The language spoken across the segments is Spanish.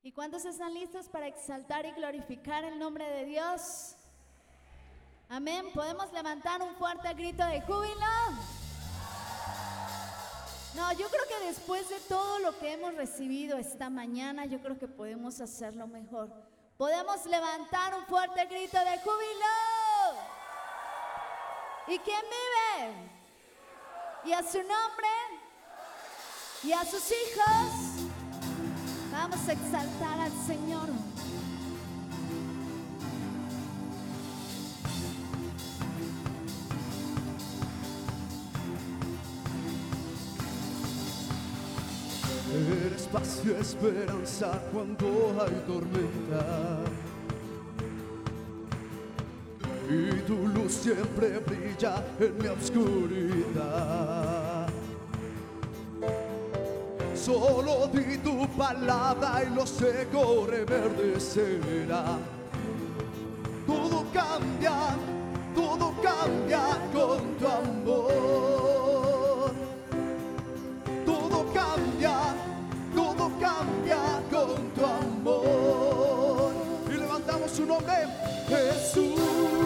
¿Y cuántos están listos para exaltar y glorificar el nombre de Dios? Amén. ¿Podemos levantar un fuerte grito de júbilo? No, yo creo que después de todo lo que hemos recibido esta mañana, yo creo que podemos hacerlo mejor. Podemos levantar un fuerte grito de júbilo. ¿Y quién vive? Y a su nombre y a sus hijos. Vamos a exaltar al Señor. Eres paz y esperanza cuando hay tormenta, y tu luz siempre brilla en mi oscuridad. Solo di tu palabra y lo seco reverdecerá. Todo cambia con tu amor. Todo cambia con tu amor. Y levantamos su nombre, Jesús.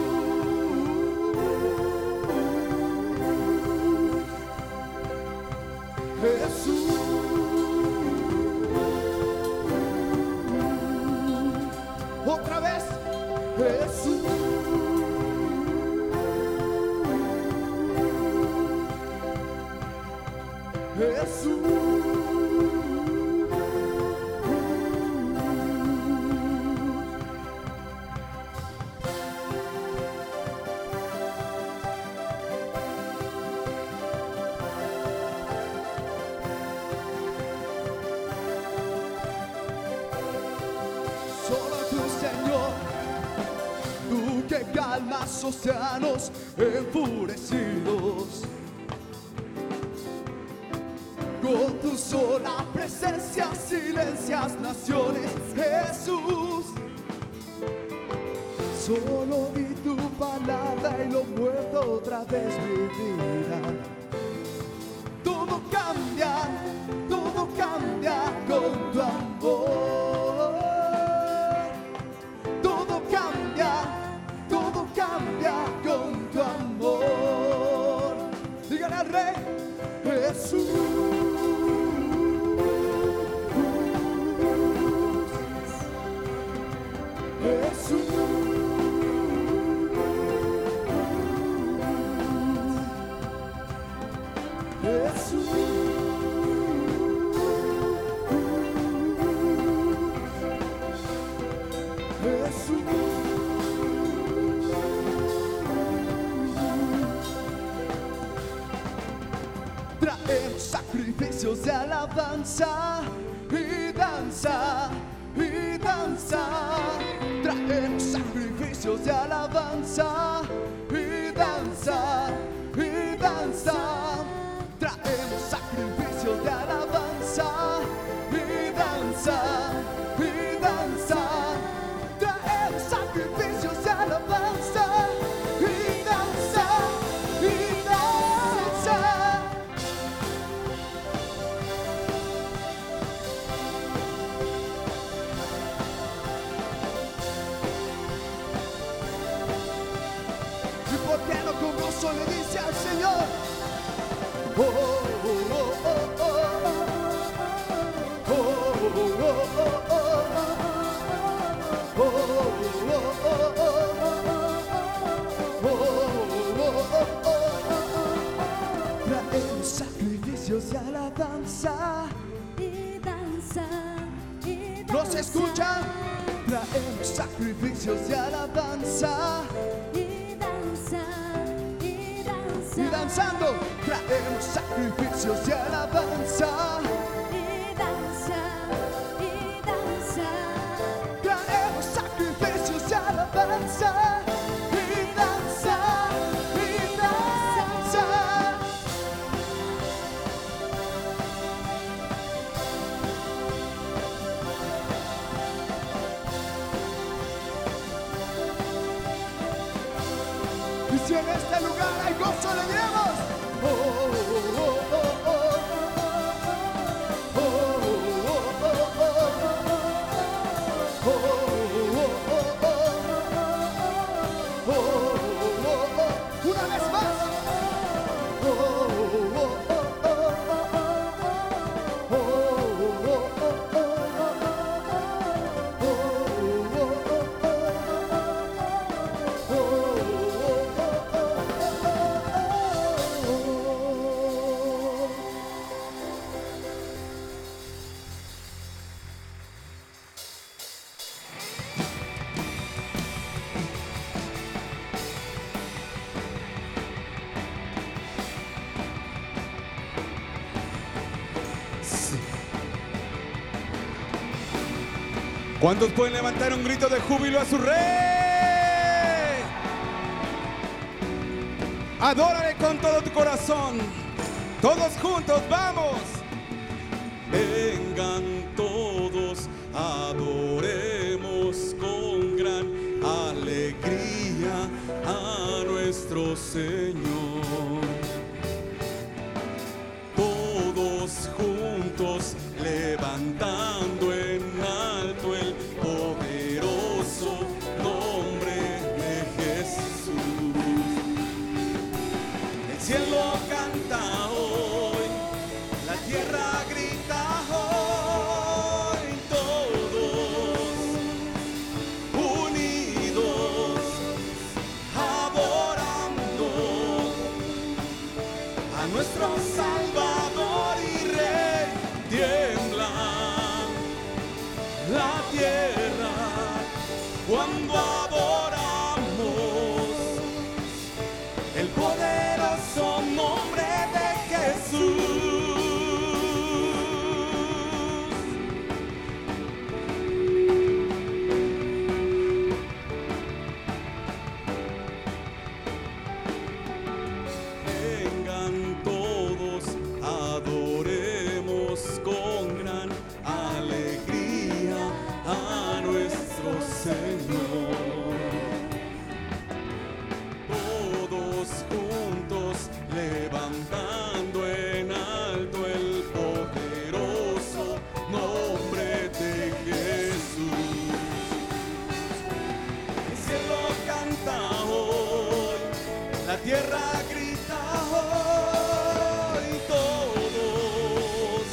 Jesús. Otra vez, Jesús. Jesús. Solo tú, Señor, tú que calmas océanos enfurecidos. Con tu sola presencia silencias naciones, Jesús. Solo di tu palabra y lo muerto otra vez mi vida. Todo cambia con tu amor. Todo cambia con tu amor. Dígale al Rey, Jesús. Jesús. Jesús. Jesús. Traemos sacrificios de alabanza y danza, y danza. Traemos sacrificios de alabanza y danza, y danza. Traemos sacrificios de alabanza y danza, y danza. Traemos sacrificios de alabanza y danza, y danza. ¿Y por qué no con gozo le dice al Señor? Oh, oh, oh, oh, oh, oh, oh, oh, oh, oh. Traemos sacrificios de alabanza Y danza, y danza. ¿Nos escuchan? Traemos sacrificios de alabanza Y danza, y danza. y danzando. Traemos sacrificios de alabanza. Y danza, y danza. Traemos sacrificios de alabanza y danza, y danza. Y si en este lugar hay gozo, le diremos. Oh, oh, oh, oh, oh, oh, oh, oh, oh, oh, oh. ¿Cuántos pueden levantar un grito de júbilo a su rey? Adórale con todo tu corazón. Todos juntos, vamos. Vengan todos, adoremos con gran alegría a nuestro Señor. Todos juntos, levantando en alto el poderoso nombre de Jesús. El cielo canta hoy, la tierra grita hoy, todos unidos, adorando a nuestro Salvador y Rey. Tiembla la tierra cuando adoramos el poderoso nombre de Jesús. Vengan todos, adoremos con gran alegría a nuestro Señor. Todos juntos, levantando en alto el poderoso nombre de Jesús. El cielo canta hoy, la tierra grita hoy, todos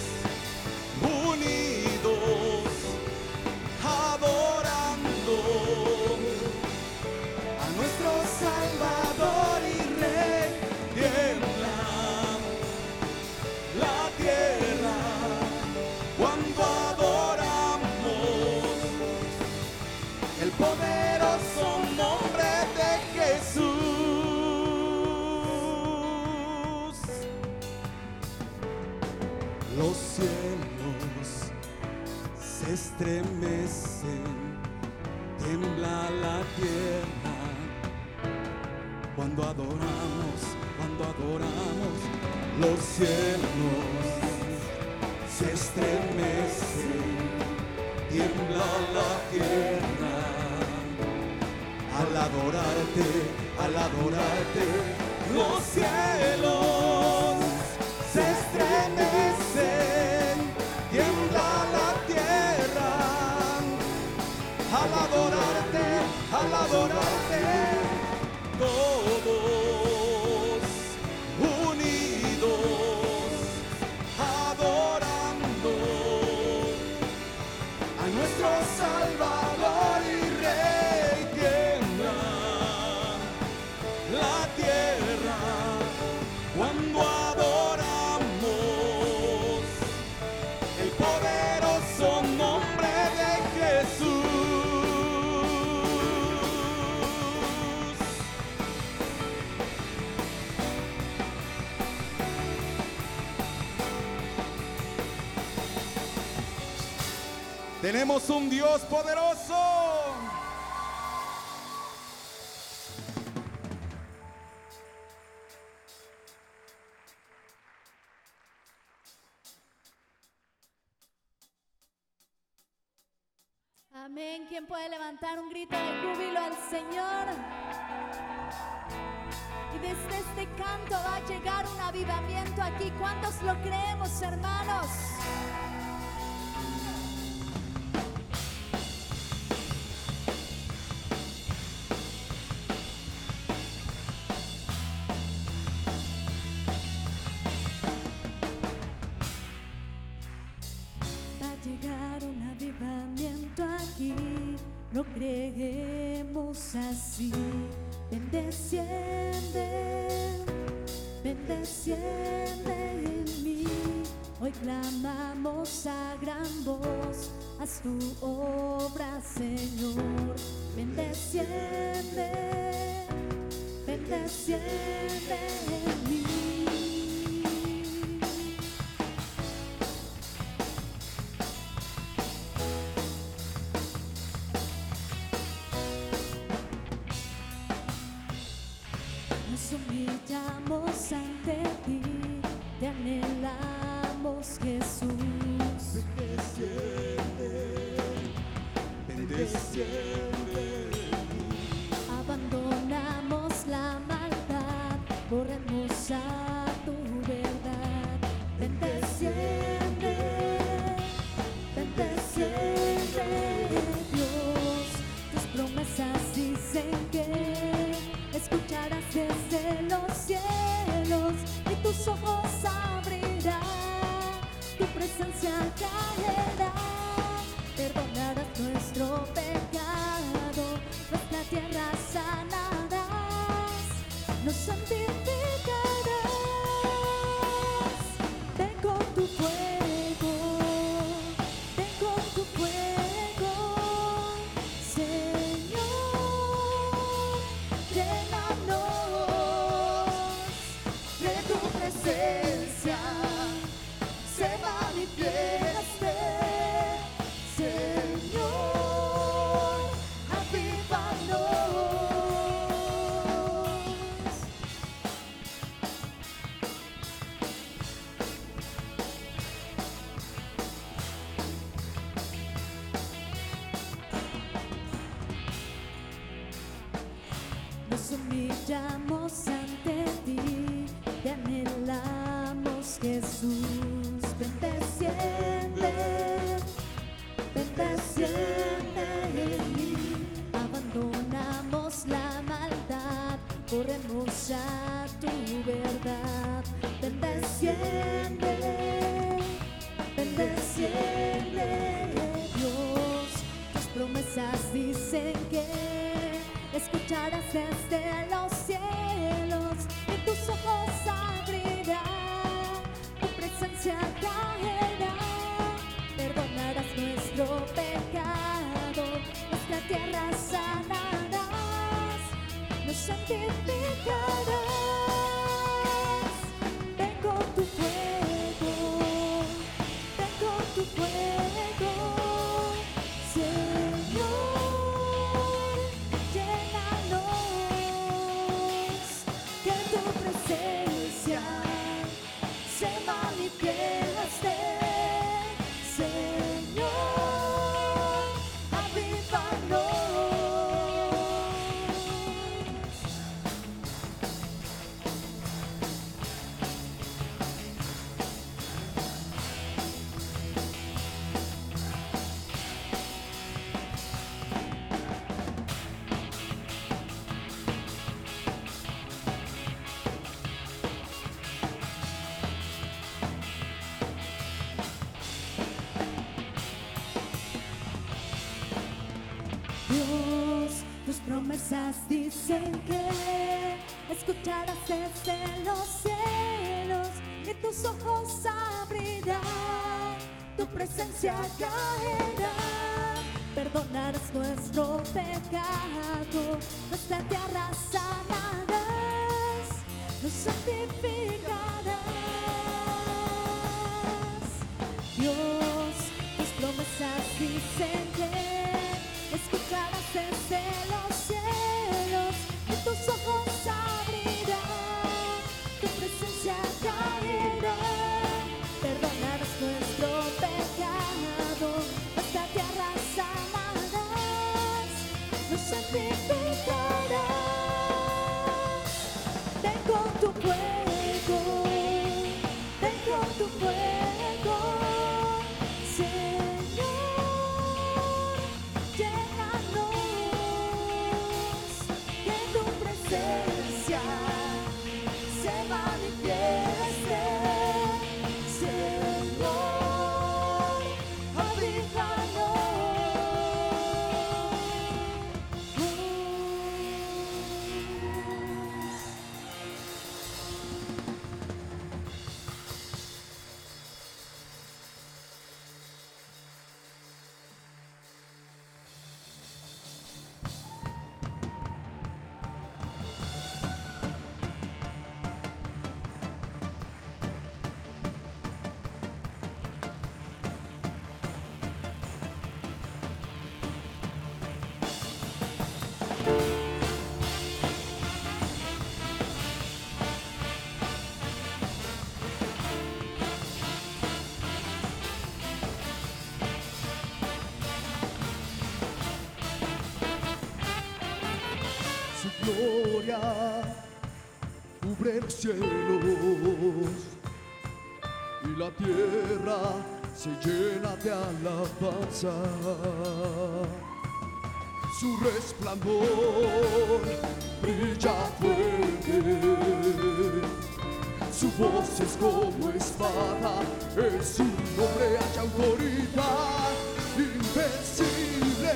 unidos, adorando a nuestro Salvador y Rey. Tiembla la tierra cuando adoramos el poderoso nombre de Jesús. Los cielos se estremecen, tiembla la tierra cuando adoramos, los cielos se estremecen, tiembla la tierra al adorarte, los cielos se estremecen, tiembla la tierra al adorarte, todos unidos, adorando a nuestro Salvador y Rey. Tiembla la tierra cuando adoramos el poderoso nombre de Jesús. Tenemos un Dios poderoso. Amén. ¿Quién puede levantar un grito de júbilo al Señor? Y desde este canto va a llegar un avivamiento aquí. ¿Cuántos lo creemos, hermanos? Va a llegar un avivamiento aquí. Lo creemos así. Ven, desciende, ven, desciende en mí. Hoy clamamos a gran voz, haz tu obra, Señor. Ven, desciende, ven, desciende en mí. Nos humillamos ante ti, te anhelamos, Jesús. Ven, desciende. Abandonamos la maldad, corremos a tu verdad. Ven, desciende, Dios. Tus promesas dicen que escucharás desde los cielos y tus ojos abrirán, tu presencia caerá, perdonarás nuestro pecado, nuestra tierra sanarás, nos santificarás. Ven con tu fuego, ven con tu fuego, Señor, llénanos de tu presencia, se manifieste, Señor, avívanos. Nos humillamos ante ti, te anhelamos, Jesús. Ven, desciende en mí. Abandonamos la maldad, corremos a tu verdad. Ven, desciende, Dios. Tus promesas dicen que escucharás desde los cielos y tus ojos abrirán, tu presencia caerá, perdonarás nuestro pecado, nuestra tierra sanarás, nos santificarás. Ven con tu fuego, ven con tu fuego, Señor, llénanos, que tu presencia se manifieste, Señor, avívanos. Dios, tus promesas dicen que escucharás desde los cielos y tus ojos abrirán, tu presencia caerá, perdonarás nuestro pecado, nuestra tierra sanarás, nos santificarás. Dios, tus promesas dicen que escucharás desde los cielos y tus ojos abrirán, tu presencia caerá, perdonarás nuestro pecado, nuestra tierra sanarás, nos santificarás. Ven con tu fuego, ven con tu fuego, Señor, gloria cubre los cielos y la tierra se llena de alabanza. Su resplandor brilla fuerte, su voz es como espada, en su nombre hay autoridad invencible.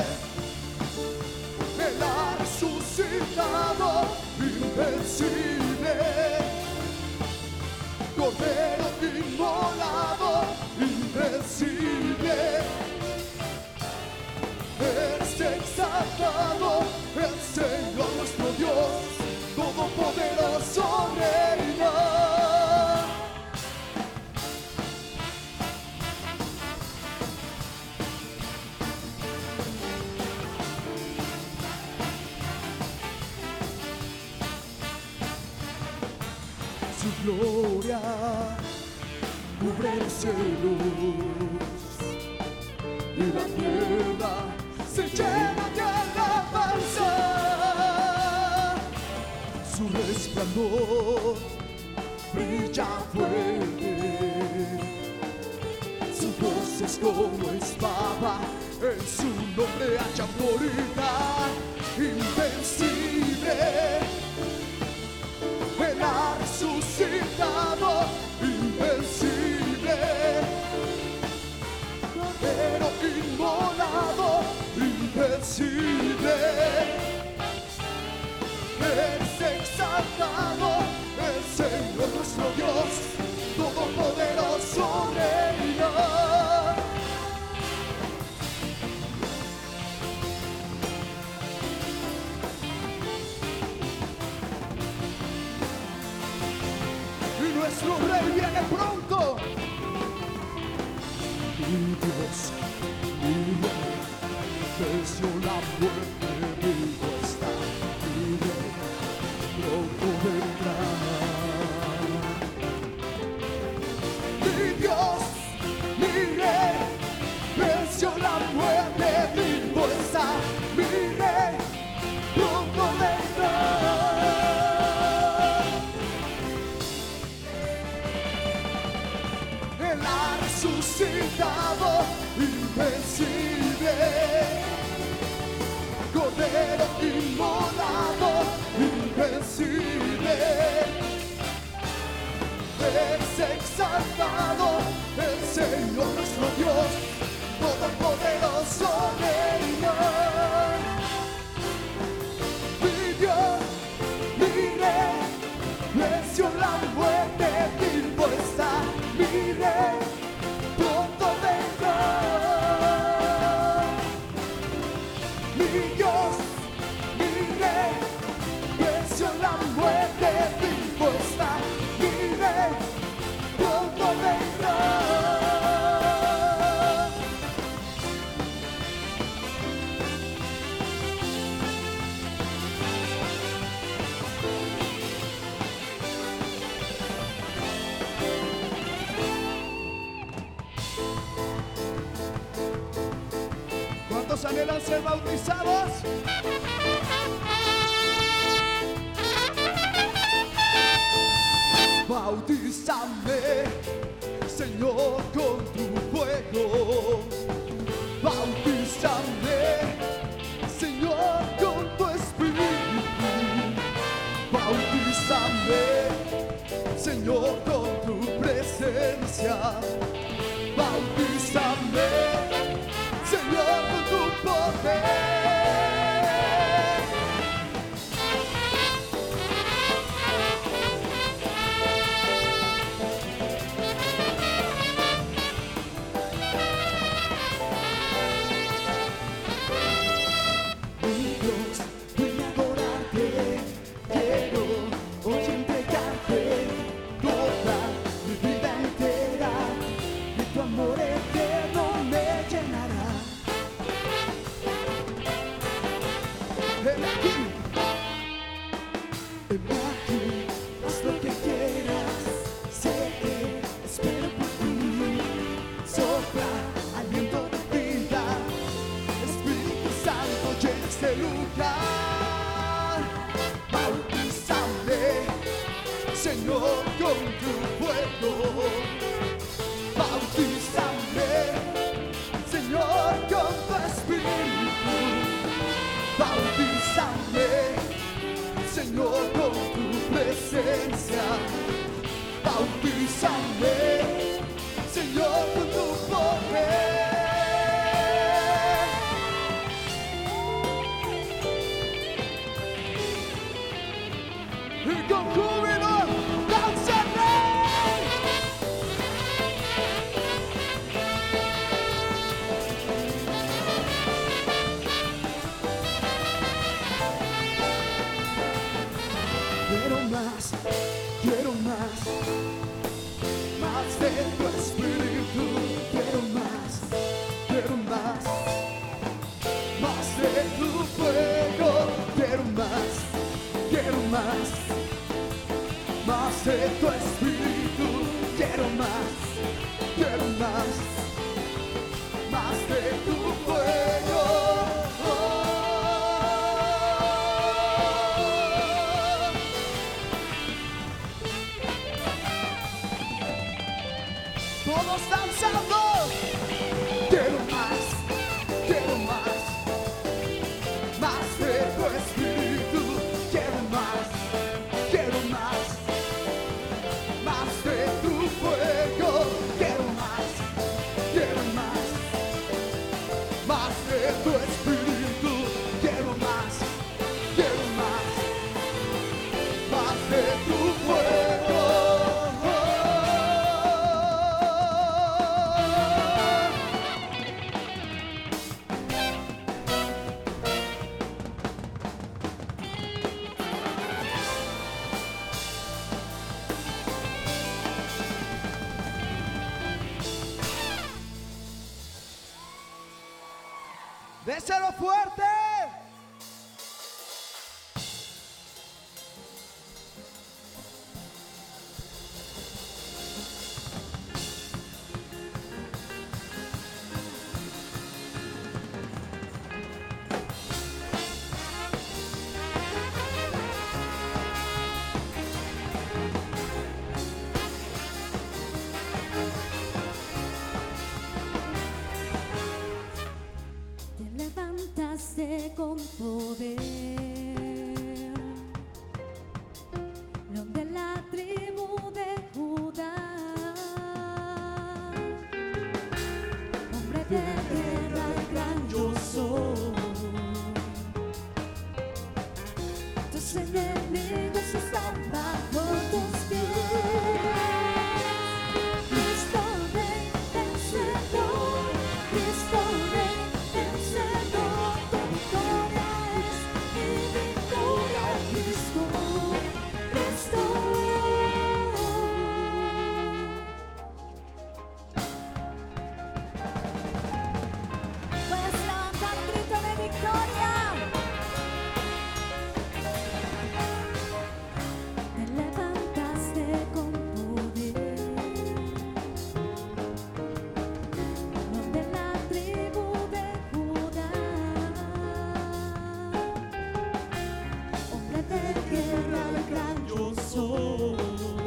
Él ha resucitado, invencible, Cordero inmolado, invencible. Es exaltado el Señor nuestro Dios, todopoderoso reina. Su gloria cubre los cielos y la tierra se llena de alabanza. Su resplandor brilla fuerte, su voz es como espada, en su nombre hay autoridad invencible. Él ha resucitado, invencible, Cordero inmolado, invencible. Es exaltado el Señor nuestro Dios, todopoderoso reina. Y nuestro Rey viene pronto. Mi Dios, mi Rey, venció la muerte, vivo está. Mi Rey pronto vendrá. Mi Dios, mi Rey, venció la muerte, vivo está. Mi Rey pronto vendrá. Él ha resucitado, invencible, Cordero inmolado, invencible. Es exaltado el Señor nuestro Dios, todopoderoso reina. Mi Dios, mi Rey, venció la muerte, vivo está. Mi Rey pronto vendrá. Mi Dios, mi Rey, venció la muerte, vivo está. Mi Rey pronto vendrá. ¿Cuántos anhelan ser bautizados? Bautízame, Señor, con tu fuego. Bautízame, Señor, con tu espíritu. Bautízame, Señor, con tu presencia. Bautízame, Señor, con tu poder. Mi Dios, voy a adorarte, quiero hoy entregarte toda mi vida entera. con júbilo, danza el Rey. Quiero más, quiero más, más de tu espíritu. Quiero más, quiero más, más de tu fuego. Quiero más, quiero más, más de tu espíritu. Quiero más, quiero más, más de tu fuego. Todos danzando. Quiero más, quiero más, más de tu espíritu. Quiero más, quiero más, más de tu fuego. Quiero más, quiero más, más de tu espíritu. Quiero más, quiero más, más de tu fuego. ¡Déselo fuerte! Te levantaste con poder, león de la tribu de Judá, hombre de guerra y gran yo soy. Tus enemigos están bajo tus pies. Cristo Rey vencedor, Cristo Rey vencedor, tu victoria es mi victoria, Cristo, Cristo. Puedes levantar un grito de victoria. Te levantaste con poder, león de la tribu de Judá, hombre de guerra y gran yo soy.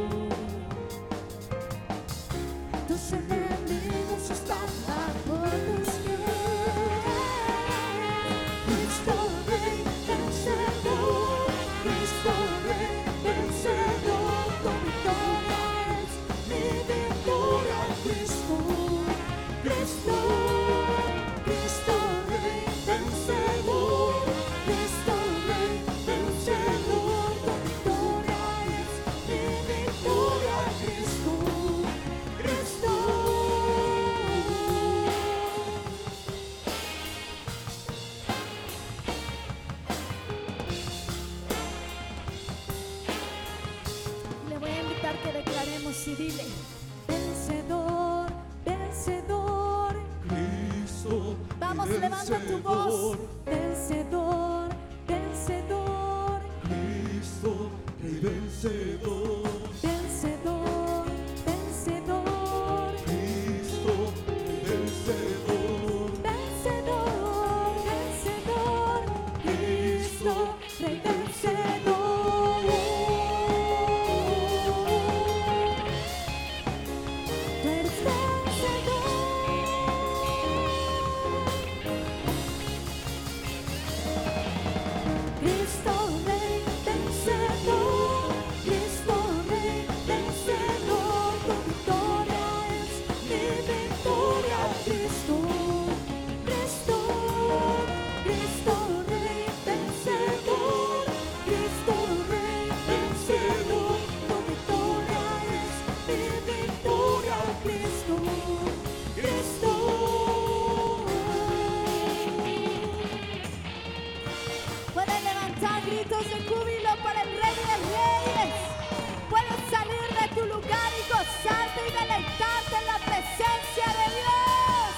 Tus enemigos están bajo tus pies. Cristo Rey vencedor, Cristo Rey vencedor, tu victoria es mi victoria, Cristo, Cristo, Cristo Rey vencedor, Cristo Rey vencedor, tu victoria es mi victoria, Cristo, Cristo. Le voy a invitar que declaremos y dile: vencedor, vencedor. Cristo, Vamos, levanta tu voz. Vencedor, vencedor, Cristo, Rey vencedor. vencedor, vencedor, Cristo, Rey vencedor. vencedor, vencedor, Cristo, Rey vencedor. Tú eres vencedor. Cristo Rey vencedor, Cristo Rey vencedor, tu victoria es mi victoria, Cristo, Cristo, Cristo Rey vencedor, Cristo Rey vencedor. gritos de júbilo para el Rey de Reyes. Puedes salir de tu lugar y gozarte y deleitarte en la presencia de Dios.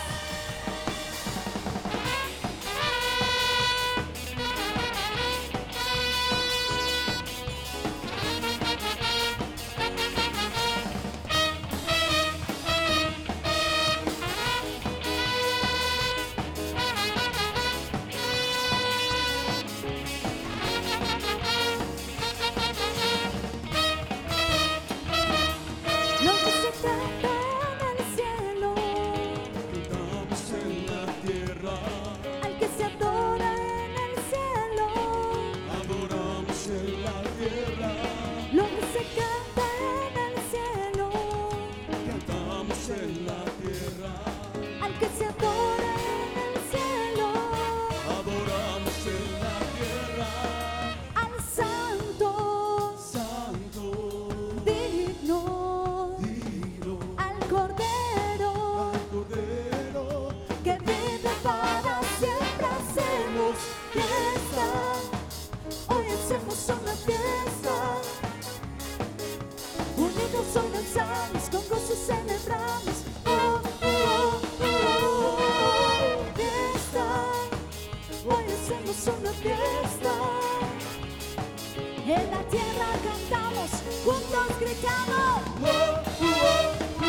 Lo que se canta en el cielo, Cantamos en la tierra, al que se adora en el cielo. adoramos en la tierra, Lo que se canta en el cielo, cantamos en la tierra, al que se adora en el cielo. adoramos en la tierra, Al santo, santo, digno, digno, al cordero, al Cordero, que vive para siempre. Hacemos fiesta, hoy hacemos una fiesta. Unidos hoy danzamos, con gozo celebramos. Oh, oh, oh, oh, fiesta, hoy hacemos una fiesta. En la tierra cantamos, juntos gritamos. oh, oh, oh, oh.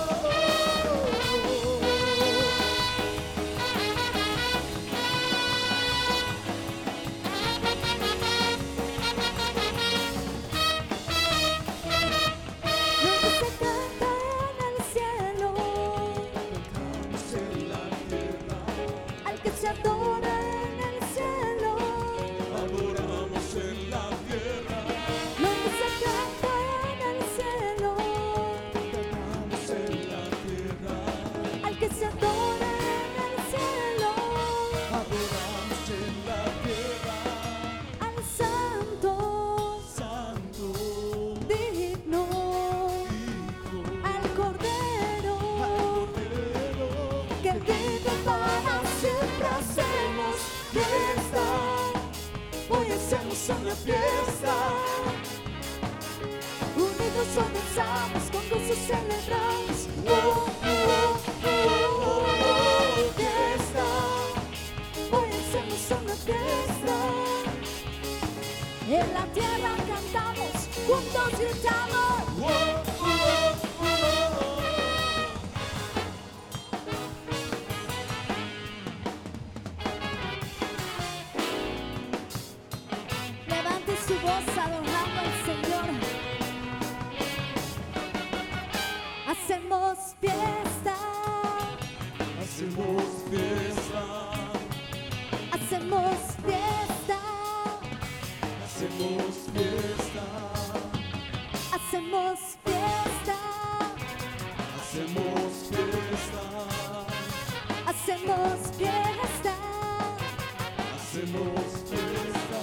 Lo que se canta en el cielo, Cantamos en la tierra, al que se adora en el cielo. adoramos en la tierra, Lo que se canta en el cielo, cantamos en la tierra, al que se adora en el cielo. adoramos en la tierra, Al santo, santo, digno, digno, al cordero, Cordero, que vive para siempre. Hacemos fiesta, hoy hacemos una fiesta, unidos hoy danzamos, con gozo celebramos. oh, oh, oh, oh, oh, Fiesta, hoy hacemos una fiesta. En la tierra cantamos, juntos gritamos. oh, oh, oh, oh. Levante su voz adorando al Señor. Hacemos fiesta, Hacemos fiesta, hacemos fiesta, hacemos fiesta, hacemos fiesta, hacemos fiesta, hacemos fiesta. hacemos fiesta,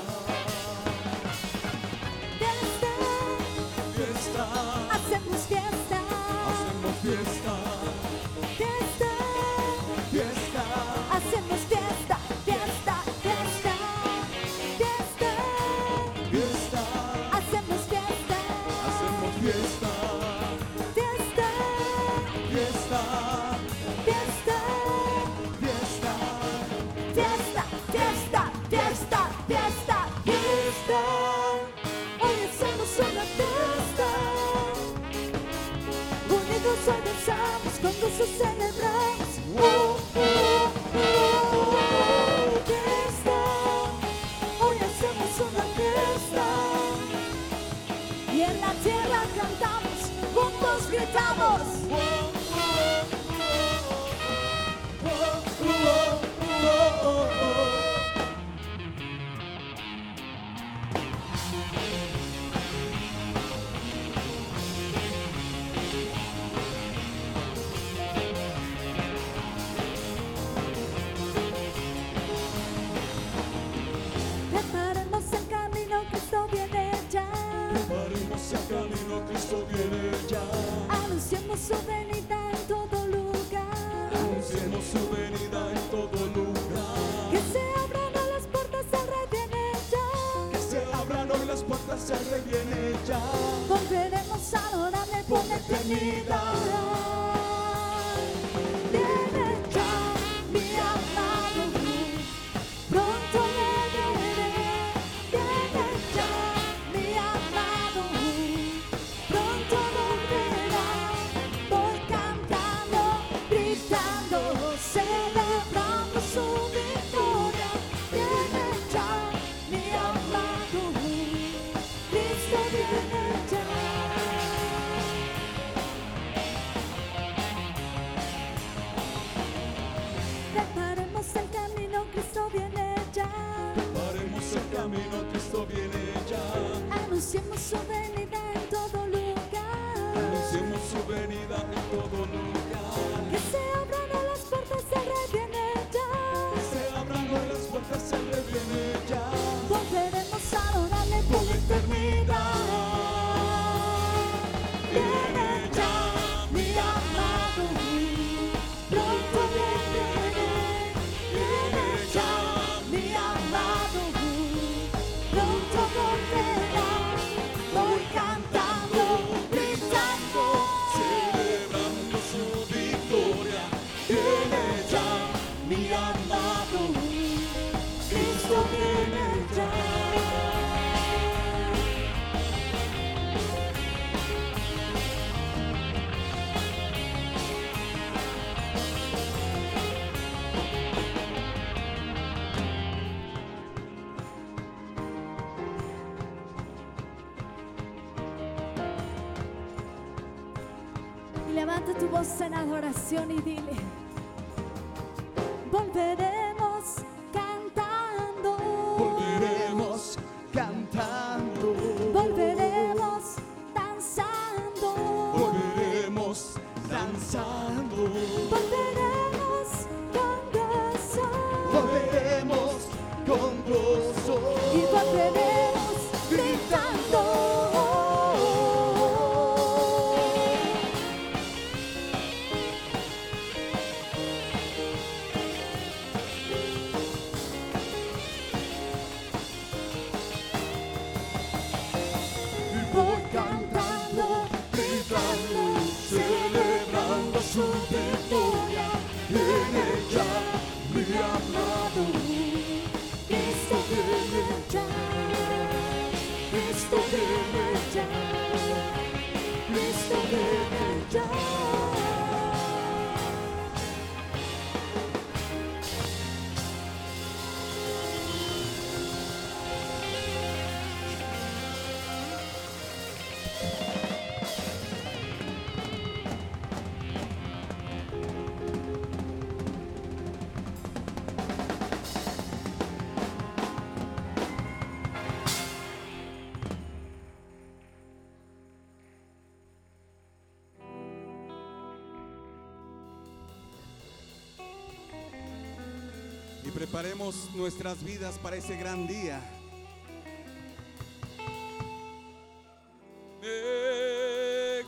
Fiesta, fiesta, hacemos fiesta, hacemos fiesta, fiesta, fiesta, hacemos fiesta, fiesta, fiesta, fiesta, fiesta, hacemos fiesta, hacemos fiesta, fiesta, fiesta, fiesta, fiesta, eternidad. Viene ya mi amado, pronto le veré. Viene ya mi amado, pronto volverá. Voy cantando, gritando, celebrando su victoria. Viene ya mi amado, Cristo viene ya. Preparemos el camino, Cristo viene ya. Preparemos el camino, Cristo viene ya. Anunciemos su venida en todo lugar. Anunciemos su venida en todo lugar. Que se abran las puertas, el Rey viene ya. Se abran hoy las puertas, el Rey viene ya. Volveremos a adorarle por la eternidad. Viene ya mi amado, pronto viene. Viene ya mi amado, pronto volverá. Voy cantando, gritando, Celebrando su victoria. Viene ya mi amado, Cristo viene ya. Y levanta tu voz en adoración y dile: volveremos cantando, volveremos cantando. volveremos danzando, Volveremos danzando. volveremos con gozo Volveremos con gozo. y volveremos gritando. Voy cantando, gritando, Celebrando su victoria. Viene ya mi amado, Cristo viene ya, Cristo viene ya, Cristo viene ya. Y preparemos nuestras vidas para ese gran día. Me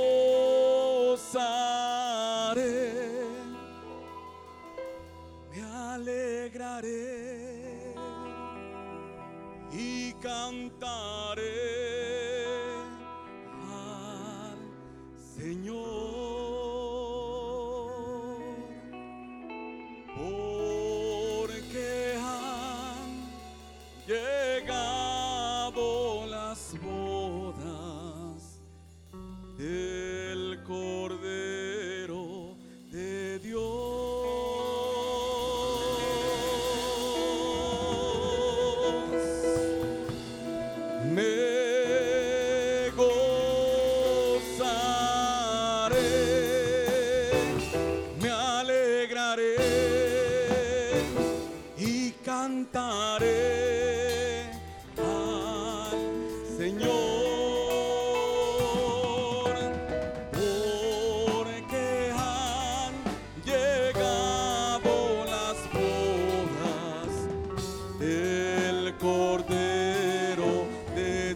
gozaré, me alegraré y cantaré al Señor. Porque han llegado las bodas del Cordero de Dios. Me gozaré, me alegraré y cantaré al Señor, porque han llegado las bodas del Cordero de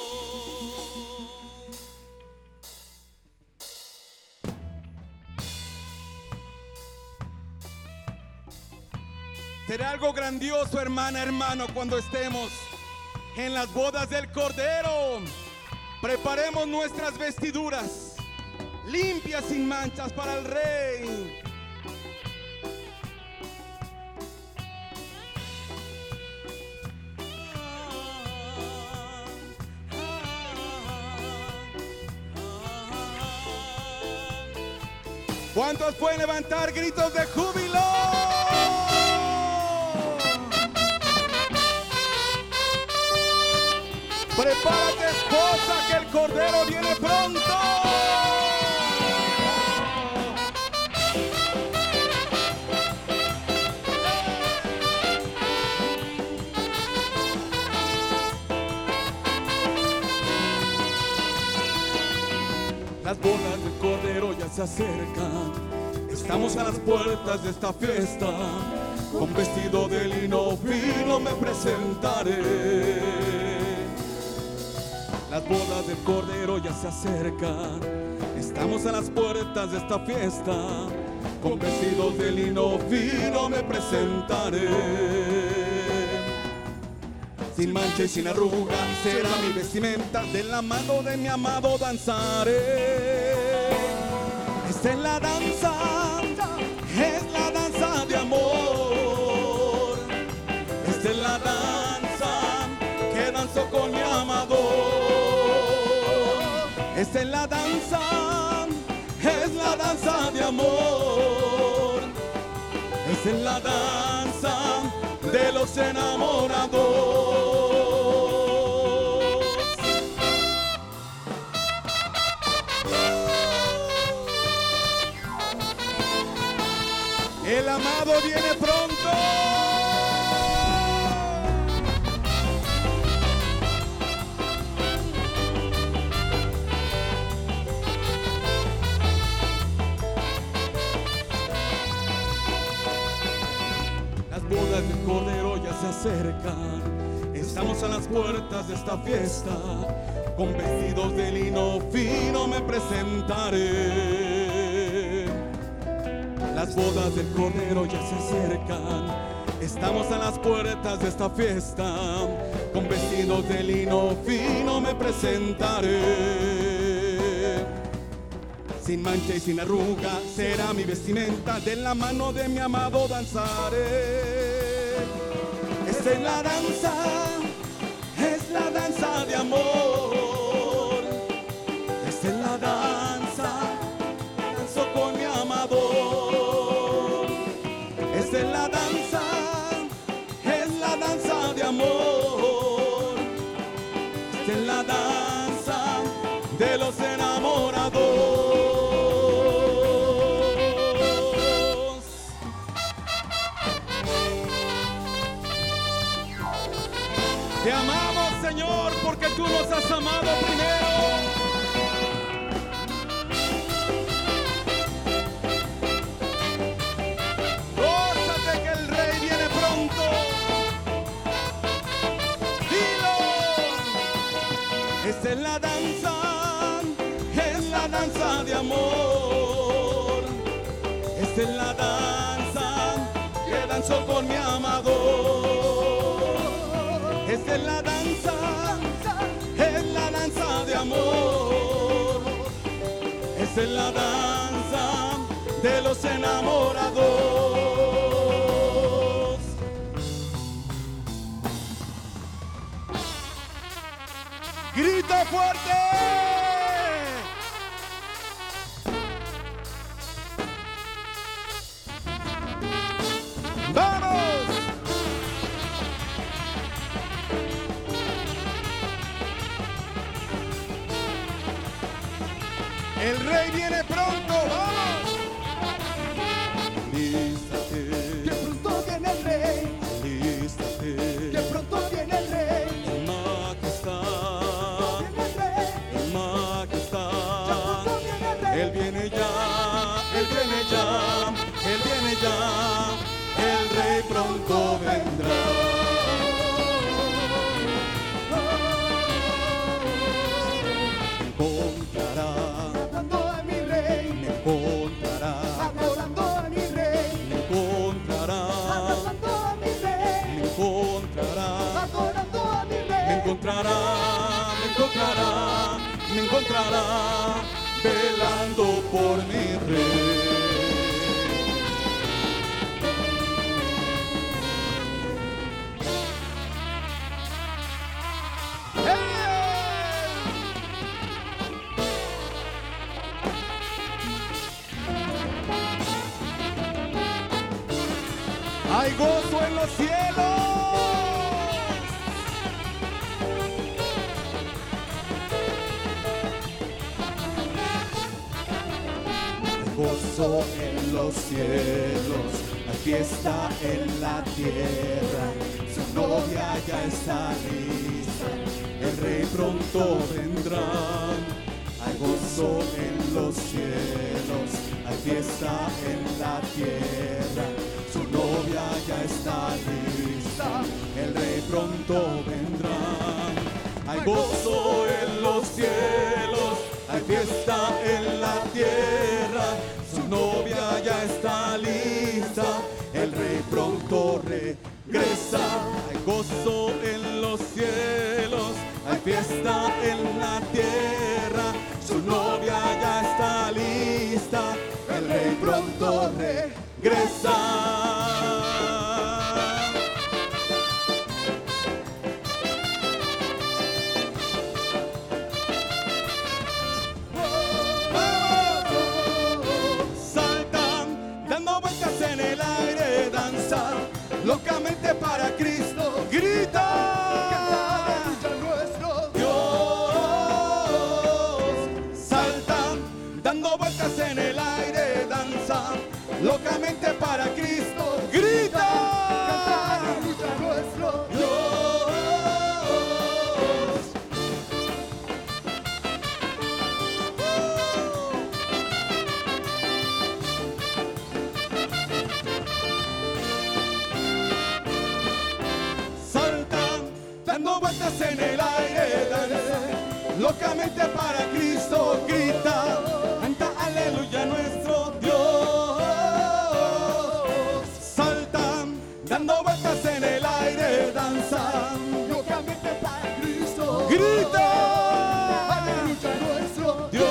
Dios. Será algo grandioso, hermana, hermano, cuando estemos en las bodas del Cordero. Preparemos nuestras vestiduras limpias, sin manchas, para el Rey. ¿Cuántos pueden levantar gritos de júbilo? Prepárate, esposa, que el Cordero viene pronto. Las bodas del Cordero ya se acercan. Estamos a las puertas de esta fiesta. Con vestido de lino fino me presentaré. Las bodas del Cordero ya se acercan. Estamos a las puertas de esta fiesta. Con vestidos de lino fino me presentaré. Sin mancha y sin arruga será mi vestimenta. De la mano de mi amado danzaré. Esta es la danza de amor. Esta es la danza que danzo con mi amado. Esta es la danza de amor. Esta es la danza de los enamorados. El amado viene pronto. Las bodas del Cordero ya se acercan. Estamos a las puertas de esta fiesta. Con vestidos de lino fino me presentaré. Las bodas del Cordero ya se acercan. Estamos a las puertas de esta fiesta. Con vestidos de lino fino me presentaré. Sin mancha y sin arruga será mi vestimenta. De la mano de mi amado danzaré. Esta es la danza de amor. Esta es la danza, danzo con mi amado. Esta es la danza de amor. Esta es la danza de los enamorados. Te amamos, Señor, porque tú nos has amado primero. Esta es la danza de amor. Esta es la danza que danzo con mi amado. Esta es la danza de amor. Esta es la danza de los enamorados. ¡Grita fuerte! ¡Vamos! El Rey viene pronto. ¡Vamos! Lístate. Que pronto viene el Rey. Lístate. Que pronto viene el Rey. En majestad. Él viene ya, Él viene ya, Él viene ya, el Rey pronto vendrá. Me encontrará, Adorando a mi Rey. me encontrará, Adorando a mi Rey. me encontrará, Adorando a mi Hay gozo en los cielos. Gozo en los cielos, hay fiesta en la tierra, su novia ya está lista, el rey pronto vendrá. Hay gozo en los cielos, hay fiesta en la tierra, su novia ya está lista, el rey pronto vendrá. Hay gozo en los cielos, hay fiesta en la tierra, su novia ya está lista, el rey pronto regresa. Hay gozo en los cielos, hay fiesta en la tierra, su novia ya está lista, el rey pronto regresa. Locamente para Cristo, grita, Cantar, aleluya nuestro Dios. Salta, dando vueltas en el aire, danza, locamente para Cristo, grita, cantar, aleluya nuestro Dios. Dando vueltas en el aire, danza, locamente para Cristo, grita, canta aleluya nuestro Dios. Salta, dando vueltas en el aire, danza, locamente para Cristo, grita, aleluya nuestro Dios.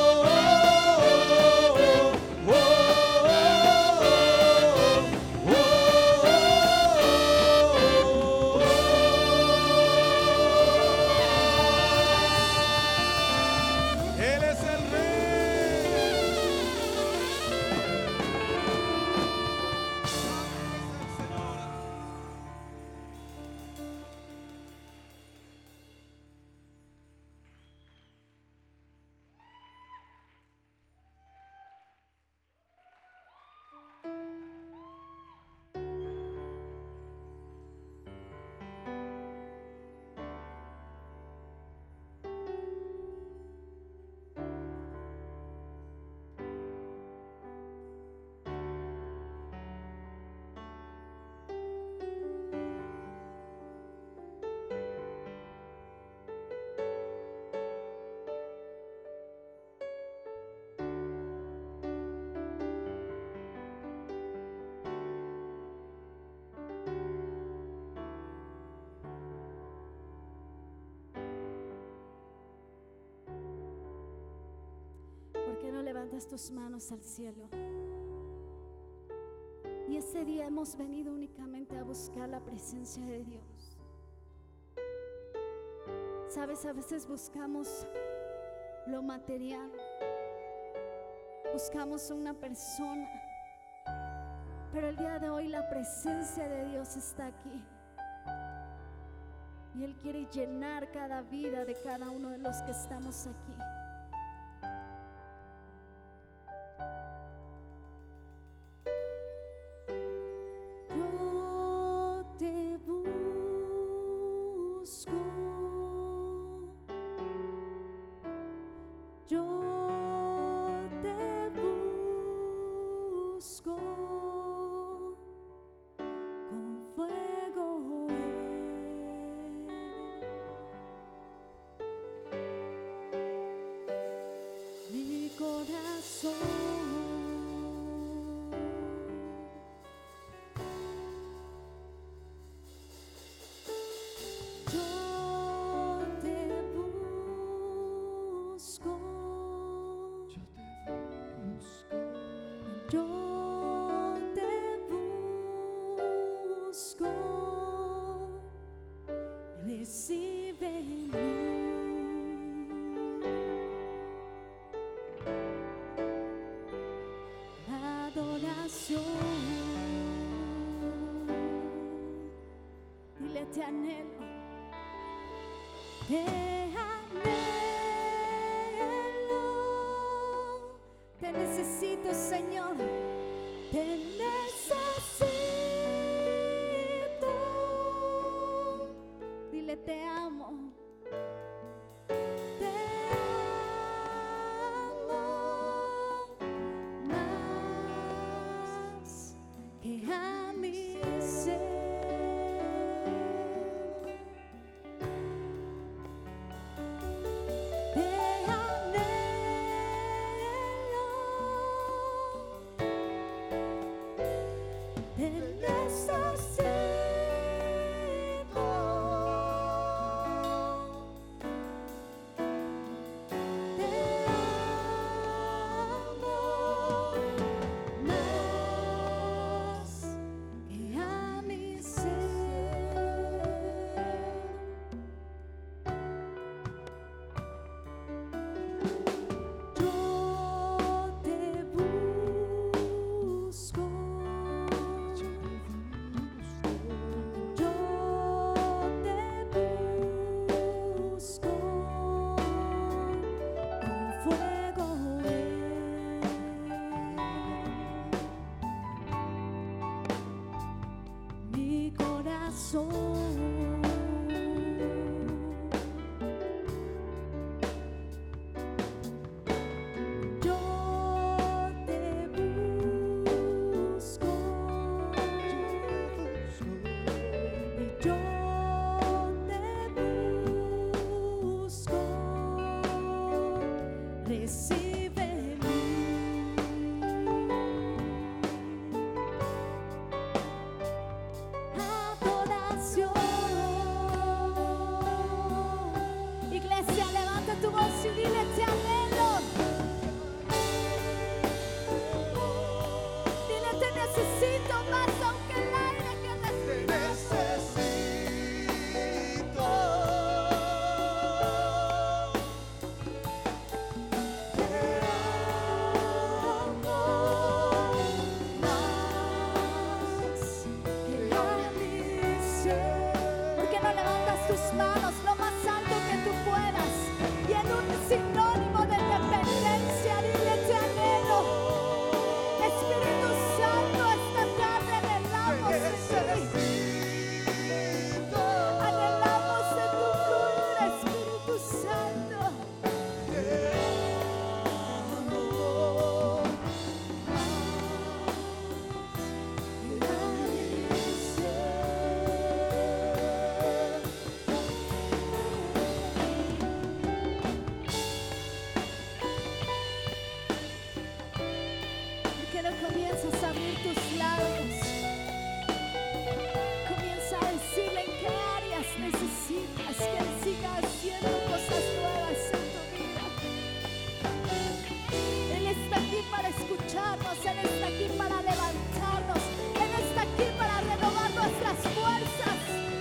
Él es el Rey. ¿Por qué no levantas tus manos al cielo? Y este día hemos venido únicamente a buscar la presencia de Dios. Sabes, a veces buscamos lo material, buscamos una persona, pero el día de hoy la presencia de Dios está aquí. Y Él quiere llenar cada vida de cada uno de los que estamos aquí. Yo te busco, yo te busco con fuego. Mi corazón. Yo te busco, recibe en mí la adoración. te anhelo, te anhelo, te necesito, Señor, te necesito. Dile te amo. Te amo más que a mi ser. Te anhelo, te necesito. Comienzas a abrir tus labios, comienza a decirle en qué áreas necesitas que Él siga haciendo cosas nuevas en tu vida. Él está aquí para escucharnos, Él está aquí para levantarnos, Él está aquí para renovar nuestras fuerzas.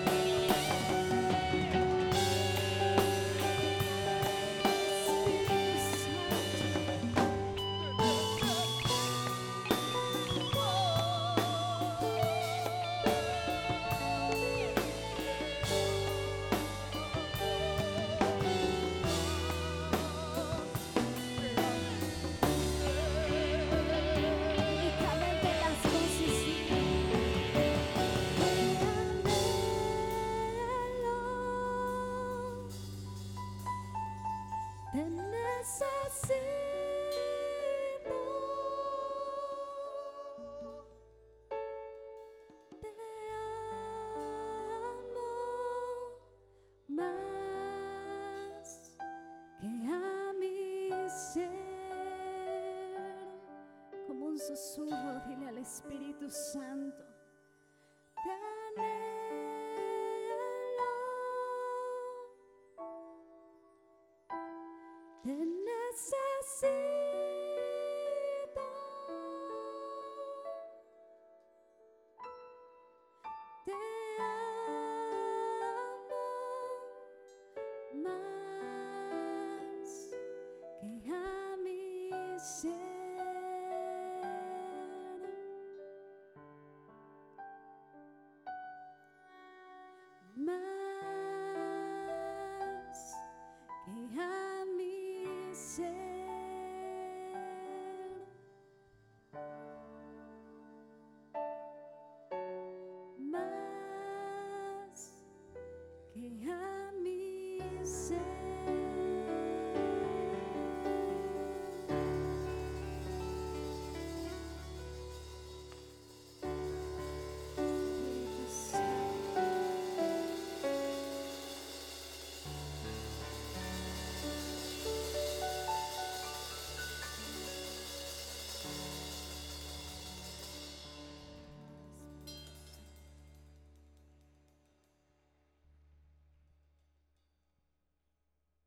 Te necesito, te amo más que a mi ser. Como un susurro, dile al Espíritu Santo, te anhelo.